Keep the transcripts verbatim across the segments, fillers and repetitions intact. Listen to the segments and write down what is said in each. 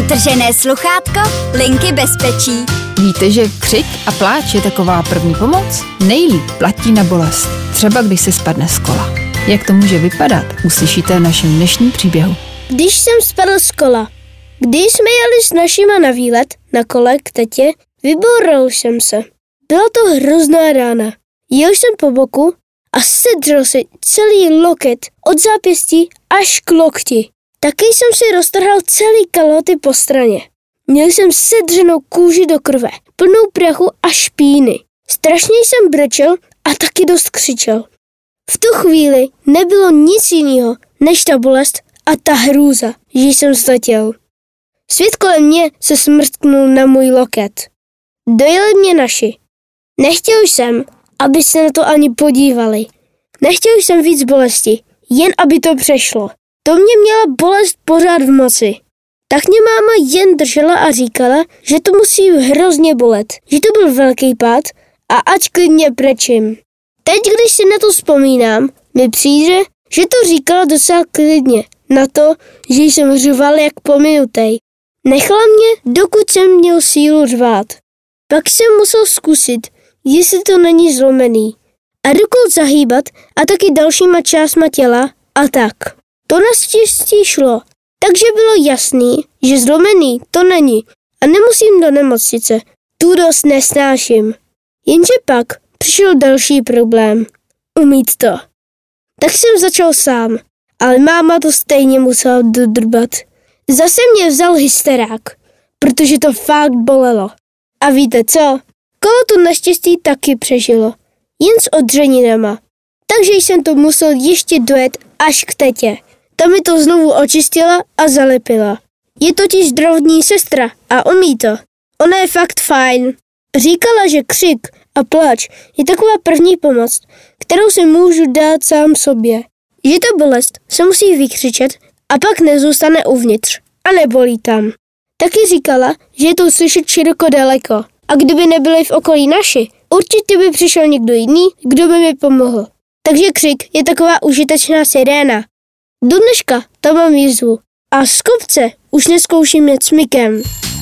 Utržené sluchátko Linky bezpečí. Víte, že křik a pláč je taková první pomoc? Nejlíp platí na bolest, třeba když se spadne z kola. Jak to může vypadat, uslyšíte v našem dnešním příběhu. Když jsem spadl z kola, když jsme jeli s našima na výlet na kole k tetě, vyboural jsem se. Byla to hrozná rána. Jel jsem po boku a sedřel si celý loket od zápěstí až k lokti. Taky jsem si roztrhal celý kalhoty po straně. Měl jsem sedřenou kůži do krve, plnou prachu a špíny. Strašně jsem brečel a taky dost křičel. V tu chvíli nebylo nic jiného než ta bolest a ta hrůza, že jsem zletěl. Svět kolem mě se smrtknul na můj loket. Dojeli mě naši. Nechtěl jsem, aby se na to ani podívali. Nechtěl jsem víc bolesti, jen aby to přešlo. To mě měla bolest pořád v moci. Tak mě máma jen držela a říkala, že to musí hrozně bolet, že to byl velký pád a ať klidně brečím. Teď, když si na to vzpomínám, mi přijde, že to říkala docela klidně, na to, že jsem řval jak pominutej. Nechala mě, dokud jsem měl sílu řvát. Pak jsem musel zkusit, jestli to není zlomený. A rukou zahýbat a taky dalšíma částma těla a tak. To naštěstí šlo, takže bylo jasný, že zlomený to není a nemusím do nemocnice. Tu dost nesnáším. Jenže pak přišel další problém. Umít to. Tak jsem začal sám, ale máma to stejně musela dodrbat. Zase mě vzal hysterák, protože to fakt bolelo. A víte co? Kolo to naštěstí taky přežilo. Jen s odřeninama. Takže jsem to musel ještě dojet až k tetě. Ta mi to znovu očistila a zalepila. Je totiž zdravotní sestra a umí to. Ona je fakt fajn. Říkala, že křik a plač je taková první pomoc, kterou si můžu dát sám sobě. Že ta bolest se musí vykřičet a pak nezůstane uvnitř a nebolí tam. Taky říkala, že je to slyšet široko daleko. A kdyby nebyli v okolí naši, určitě by přišel někdo jiný, kdo by mi pomohl. Takže křik je taková užitečná siréna. Do dneška tam mám jízvu a z kopce už neskouším jet smykem.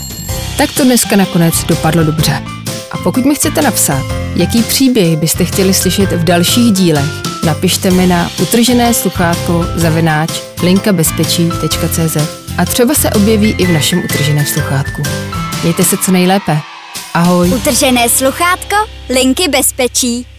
Tak to dneska nakonec dopadlo dobře. A pokud mi chcete napsat, jaký příběh byste chtěli slyšet v dalších dílech, napište mi na utržené sluchátko zavináč linka bezpečí tečka cé zet a třeba se objeví i v našem utrženém sluchátku. Mějte se co nejlépe. Ahoj. Utržené sluchátko Linky bezpečí.